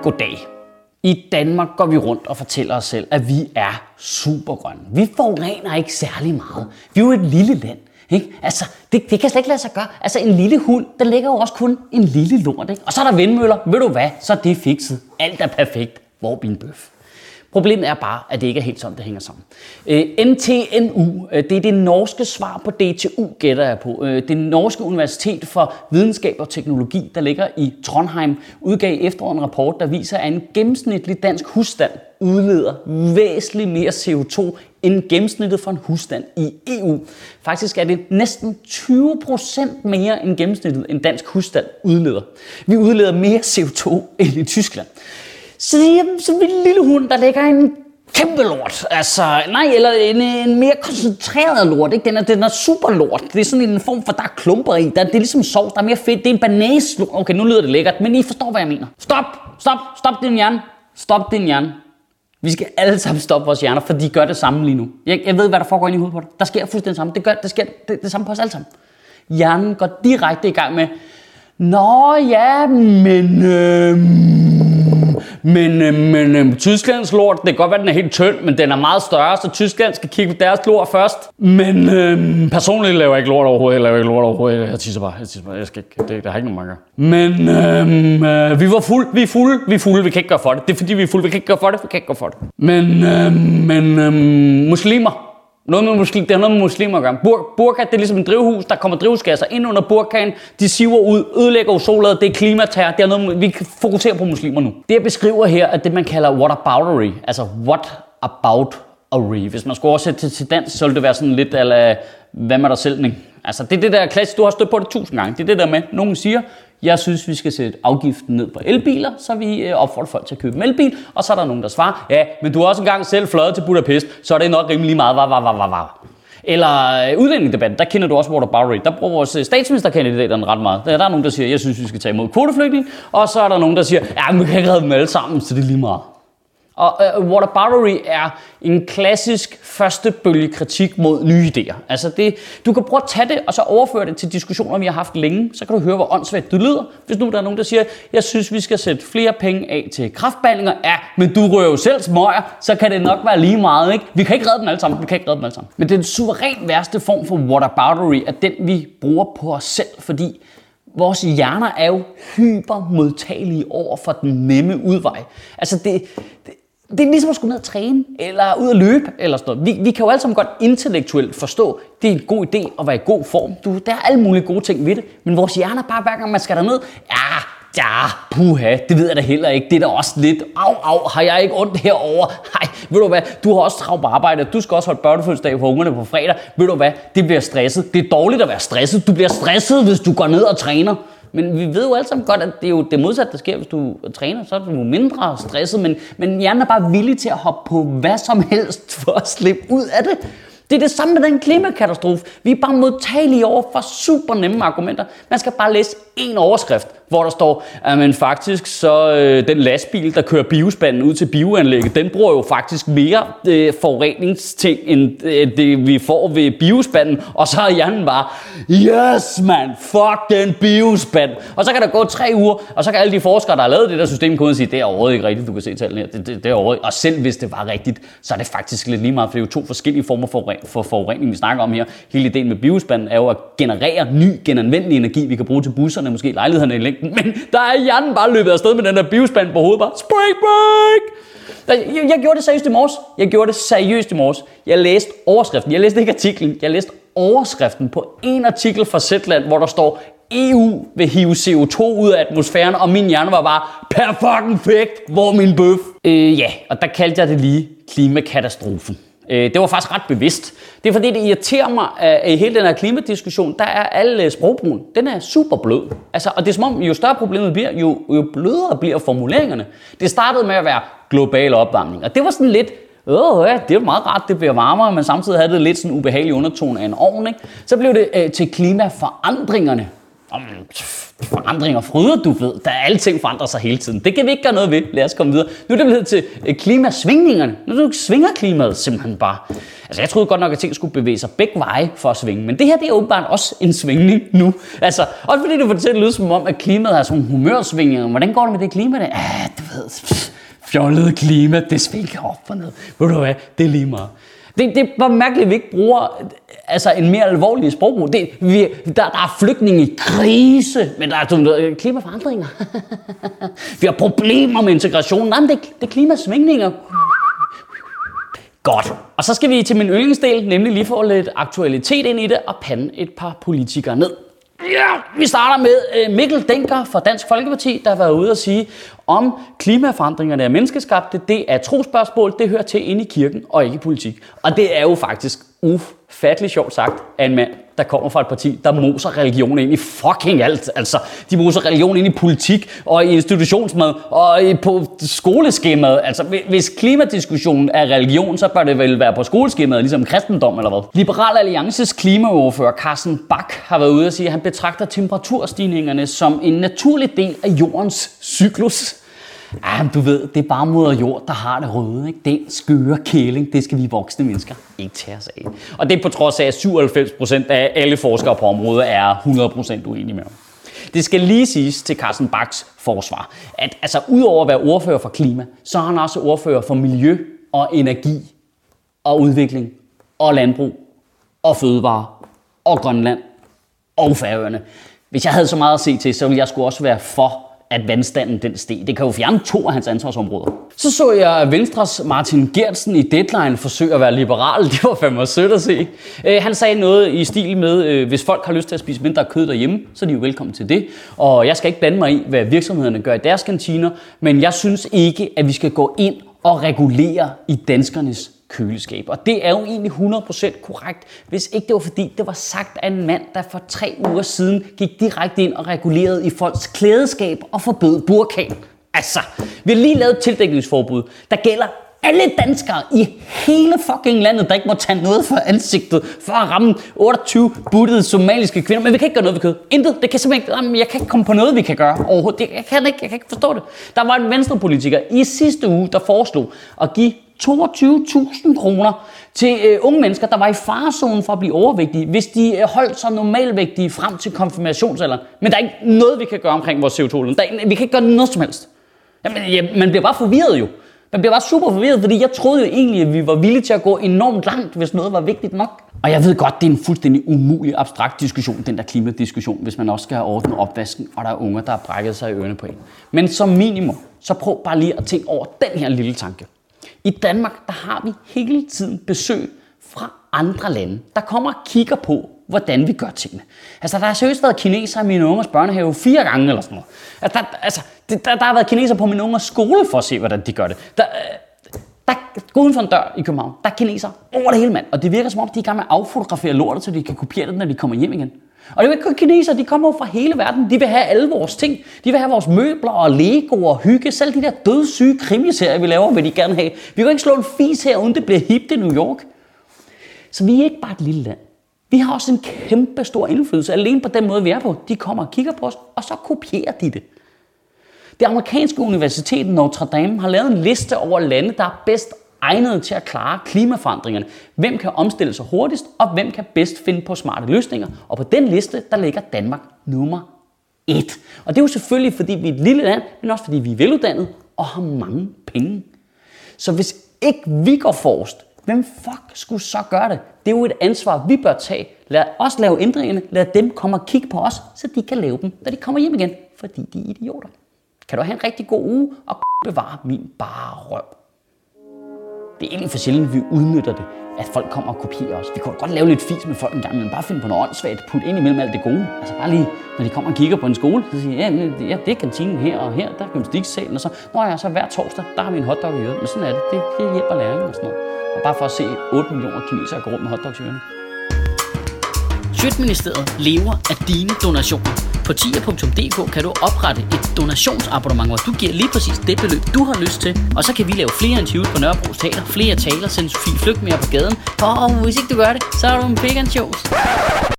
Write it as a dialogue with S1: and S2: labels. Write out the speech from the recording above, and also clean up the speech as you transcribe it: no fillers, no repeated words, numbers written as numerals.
S1: Goddag. I Danmark går vi rundt og fortæller os selv, at vi er supergrønne. Vi forurener ikke særlig meget. Vi er jo et lille land. Ikke? Altså, det kan slet ikke lade sig gøre. Altså, en lille hund, der ligger jo også kun en lille lort. Ikke? Og så er der vindmøller. Ved du hvad? Så er det fikset. Alt er perfekt. Hvor min bøf? Problemet er bare, at det ikke er helt sådan, det hænger sammen. NTNU, det er det norske svar på DTU, gætter jeg på. Det norske universitet for videnskab og teknologi, der ligger i Trondheim, udgav i efteråret en rapport, der viser, at en gennemsnitlig dansk husstand udleder væsentligt mere CO2 end gennemsnittet for en husstand i EU. Faktisk er det næsten 20% mere end gennemsnittet, en dansk husstand udleder. Vi udleder mere CO2 end i Tyskland. Så en lille hund, der lægger en kæmpe lort. Altså, nej, eller en mere koncentreret lort. Ikke? Den er super lort. Det er sådan en form for, der er klumper i. Det er ligesom sovs, der er mere fedt. Det er en banæslort. Okay, nu lyder det lækkert, men I forstår, hvad jeg mener. Stop din hjerne. Stop din hjerne. Vi skal alle sammen stoppe vores hjerner, for de gør det samme lige nu. Jeg ved, hvad der foregår inde i hovedet på dig. Der sker fuldstændig det samme. Det sker det samme på os alle sammen. Hjernen går direkte i gang med, nå ja, men Tysklands lort, det kan godt være, den er helt tynd, men den er meget større, så Tyskland skal kigge på deres lort først. Men personligt laver jeg ikke lort overhovedet. Jeg tisser bare. Jeg skal ikke, det har ikke nogen mange. Men vi er fulde, vi kan ikke gøre for det. Det er fordi vi er fulde, vi kan ikke gøre for det. Men muslimer. Det har noget med muslimer at gøre. Burka, det er ligesom en drivhus, der kommer drivhusgasser ind under burkaen, de siver ud, ødelægger ozonlaget, det er klimaterror, det er noget, vi fokuserer på muslimer nu. Det jeg beskriver her er det, man kalder whataboutery, altså whataboutery. Hvis man skulle oversætte til dansk, så ville det være sådan lidt ala, hvad med dig selv? Altså det er det der klassisk, du har stødt på det 1000 gange, det er det der med, nogen siger, jeg synes, vi skal sætte afgiften ned på elbiler, så vi opfordrer folk til at købe en elbil. Og så er der nogen, der svarer, ja, men du har også engang selv fløjet til Budapest, så er det nok rimelig meget, Eller udlændingedebatten, der kender du også whataboutery. Der bruger vores statsministerkandidaterne ret meget. Der er nogen, der siger, jeg synes, vi skal tage imod kvoteflygtninge. Og så er der nogen, der siger, ja, men vi kan ikke redde dem alle sammen, så det er lige meget. Og whataboutery er en klassisk første bølge kritik mod nye idéer. Altså du kan prøve at tage det, og så overføre det til diskussioner, vi har haft længe. Så kan du høre, hvor åndssvagt det lyder. Hvis nu der er nogen, der siger, jeg synes, vi skal sætte flere penge af til kræftbehandlinger. Ja, men du rører jo selv smøger, så kan det nok være lige meget, ikke? Vi kan ikke redde dem alle sammen. Men den suverænt værste form for whataboutery er den, vi bruger på os selv, fordi vores hjerner er jo hypermodtagelige over for den nemme udvej. Altså det er ligesom at skulle ned og træne, eller ud at løbe, eller sådan noget. Vi kan jo alle sammen godt intellektuelt forstå, det er en god idé at være i god form. Der er alle mulige gode ting ved det, men vores hjerner bare hver gang man skal derned, puha, det ved jeg da heller ikke. Det er da også lidt, har jeg ikke ondt herovre? Nej, ved du hvad, du har også travlt på arbejde, du skal også holde børnefødselsdag for ungerne på fredag. Ved du hvad, det bliver stresset. Det er dårligt at være stresset. Du bliver stresset, hvis du går ned og træner. Men vi ved jo alle sammen godt, at det er jo det modsatte, der sker, hvis du træner, så er du mindre stresset, men hjernen er bare villig til at hoppe på hvad som helst for at slippe ud af det. Det er det samme med den klimakatastrofe. Vi er bare modtagelige over for super nemme argumenter. Man skal bare læse en overskrift, hvor der står, men faktisk så den lastbil, der kører biospanden ud til bioanlægget, den bruger jo faktisk mere forureningsting, end det vi får ved biospanden. Og så er hjernen bare, yes man, fuck den biospand. Og så kan der gå 3 uger, og så kan alle de forskere, der har lavet det der system, kunne sige, det er overhovedet ikke rigtigt, du kan se tallene her. Det er overhovedet. Og selv hvis det var rigtigt, så er det faktisk lidt lige meget, for det er jo 2 forskellige former for forurening, vi snakker om her. Hele ideen med biospanden er jo at generere ny, genanvendelig energi, vi kan bruge til busserne, måske lejlighederne i længden. Men der er hjernen bare løbet afsted med den der biospand på hovedet, bare spring break! Jeg gjorde det seriøst i morges. Jeg læste overskriften. Jeg læste ikke artiklen. Jeg læste overskriften på en artikel fra Zetland, hvor der står, EU vil hive CO2 ud af atmosfæren, og min hjerne var bare perfekt, hvor min bøf. Og der kaldte jeg det lige klimakatastrofen. Det var faktisk ret bevidst. Det er fordi, det irriterer mig, at i hele den her klimadiskussion, der er alle sprogbrugen, den er super blød. Altså, og det er som om, jo større problemet bliver, jo blødere bliver formuleringerne. Det startede med at være global opvarmning, og det var sådan lidt, det er meget rart, det bliver varmere, men samtidig havde det lidt sådan en ubehagelig undertone af en ovn, ikke? Så blev det til klimaforandringerne. Forandringer fryder, du ved. Der er alting forandrer sig hele tiden. Det kan vi ikke gøre noget ved. Lad os komme videre. Nu er det blevet til klimasvingningerne. Nu svinger klimaet simpelthen bare. Altså, jeg troede godt nok, at ting skulle bevæge sig begge veje for at svinge. Men det her, det er åbenbart også en svingning nu. Altså, også fordi du får det til at lyde som om, at klimaet har sådan nogle humørsvingninger. Hvordan går det med det klima? Det? Du ved, fjollede klima, det svinger op og ned. Ved du hvad, det er lige meget. Det var mærkeligt, at vi ikke bruger en mere alvorlig sprogbrug. Der er flygtninge i krise, men der er klimaforandringer. Vi har problemer med integrationen. Nej, men det er klimasvingninger. Godt. Og så skal vi til min yndlingsdel, nemlig lige få lidt aktualitet ind i det og pande et par politikere ned. Ja, vi starter med Mikkel Dencker fra Dansk Folkeparti, der har været ude at sige, om klimaforandringerne er menneskeskabte. Det er trospørgsmål, det hører til inde i kirken og ikke i politik. Og det er jo faktisk ufatteligt sjovt sagt af en mand, der kommer fra et parti, der moser religion ind i fucking alt. Altså, de moser religion ind i politik og i institutionsmad og på skoleskemaet. Altså, hvis klimadiskussionen er religion, så bør det vel være på skoleskemaet, ligesom kristendom eller hvad. Liberal Alliances klimaordfører Carsten Bach har været ude at sige, at han betragter temperaturstigningerne som en naturlig del af jordens cyklus. Du ved, det er bare moder jord, der har det røde, ikke? Den skøre kæling, det skal vi voksne mennesker ikke tage os af. Og det er på trods af, at 97% af alle forskere på området er 100% uenige med ham. Det skal lige siges til Carsten Bachs forsvar, at udover at være ordfører for klima, så er han også ordfører for miljø og energi og udvikling og landbrug og fødevarer og Grønland og Færøerne. Hvis jeg havde så meget at se til, så ville jeg sgu også være for, at vandstanden den steg. Det kan jo fjerne 2 af hans ansvarsområder. Så jeg Venstres Martin Geertsen i Deadline forsøge at være liberal. Det var fandme sødt at se. Han sagde noget i stil med, hvis folk har lyst til at spise mindre kød derhjemme, så er de jo velkommen til det. Og jeg skal ikke blande mig i, hvad virksomhederne gør i deres kantiner, men jeg synes ikke, at vi skal gå ind og regulere i danskernes køleskab. Og det er jo egentlig 100% korrekt, hvis ikke det var fordi, det var sagt af en mand, der for 3 uger siden gik direkte ind og regulerede i folks klædeskab og forbød burkaen. Altså, vi har lige lavet et tildækningsforbud, der gælder alle danskere i hele fucking landet, der ikke må tage noget for ansigtet for at ramme 28 buttede somaliske kvinder. Men vi kan ikke gøre noget ved kød. Intet. Det kan simpelthen ikke. Jeg kan ikke komme på noget, vi kan gøre overhovedet. Jeg kan ikke forstå det. Der var en venstrepolitiker i sidste uge, der foreslog at give 22.000 kroner til unge mennesker, der var i farezonen for at blive overvægtige, hvis de holdt sig normalvægtige frem til konfirmationsalderen. Men der er ikke noget, vi kan gøre omkring vores CO2-udledning. Vi kan ikke gøre noget som helst. Man bliver bare forvirret jo. Man bliver bare super forvirret, fordi jeg troede jo egentlig, at vi var villige til at gå enormt langt, hvis noget var vigtigt nok. Og jeg ved godt, det er en fuldstændig umulig abstrakt diskussion, den der klimadiskussion, hvis man også skal have ordnet opvasken, og der er unger, der har brækket sig i ørerne på en. Men som minimum, så prøv bare lige at tænke over den her lille tanke. I Danmark, der har vi hele tiden besøg fra andre lande, der kommer og kigger på, hvordan vi gør tingene. Altså, der har seriøst været kinesere i mine ungers børnehave 4 gange eller sådan noget. Der har været kinesere på mine ungers skole for at se, hvordan de gør det. Der går uden for en dør i København, der er kinesere over det hele, mand. Og det virker som om, de er i gang med at affotografere lortet, så de kan kopiere det, når de kommer hjem igen. Og det er jo ikke kun kinesere, de kommer fra hele verden. De vil have alle vores ting. De vil have vores møbler og Lego og hygge. Selv de der dødssyge krimiserier, vi laver, vil de gerne have. Vi kan ikke slå en fis her, uden det bliver hipt i New York. Så vi er ikke bare et lille land. Vi har også en kæmpe stor indflydelse, alene på den måde, vi er på. De kommer og kigger på os, og så kopierer de det. Det amerikanske universitet Notre Dame har lavet en liste over lande, der er bedst egnet til at klare klimaforandringerne. Hvem kan omstille sig hurtigst, og hvem kan bedst finde på smarte løsninger. Og på den liste, der ligger Danmark nummer 1. Og det er jo selvfølgelig, fordi vi er et lille land, men også fordi vi er veluddannede og har mange penge. Så hvis ikke vi går forrest, hvem fuck skulle så gøre det? Det er jo et ansvar, vi bør tage. Lad os lave ændringerne. Lad dem komme og kigge på os, så de kan lave dem, når de kommer hjem igen. Fordi de er idioter. Kan du have en rigtig god uge og bevare min bare røv. Det er egentlig for sjældent, vi udnytter det, at folk kommer og kopierer os. Vi kan godt lave lidt fis med folk en gang, men bare finde på noget åndssvagt, putte ind imellem alt det gode. Altså bare lige, når de kommer og kigger på en skole, så siger ja, det er kantinen her og her, der er gymnastiksalen, og så, så hver torsdag, der har vi en hotdog i øret. Men sådan er det, det hjælper læringen og sådan noget. Og bare for at se 8 millioner kinesere gå rundt med hotdogs i ørerne.
S2: Sjøtministeriet lever af dine donationer. På tier.dk kan du oprette et donationsabonnement, hvor du giver lige præcis det beløb, du har lyst til. Og så kan vi lave flere interviews på Nørrebro Teater, flere taler, sende Sofie Flygt mere på gaden. Og hvis ikke du gør det, så er du en vegan shows.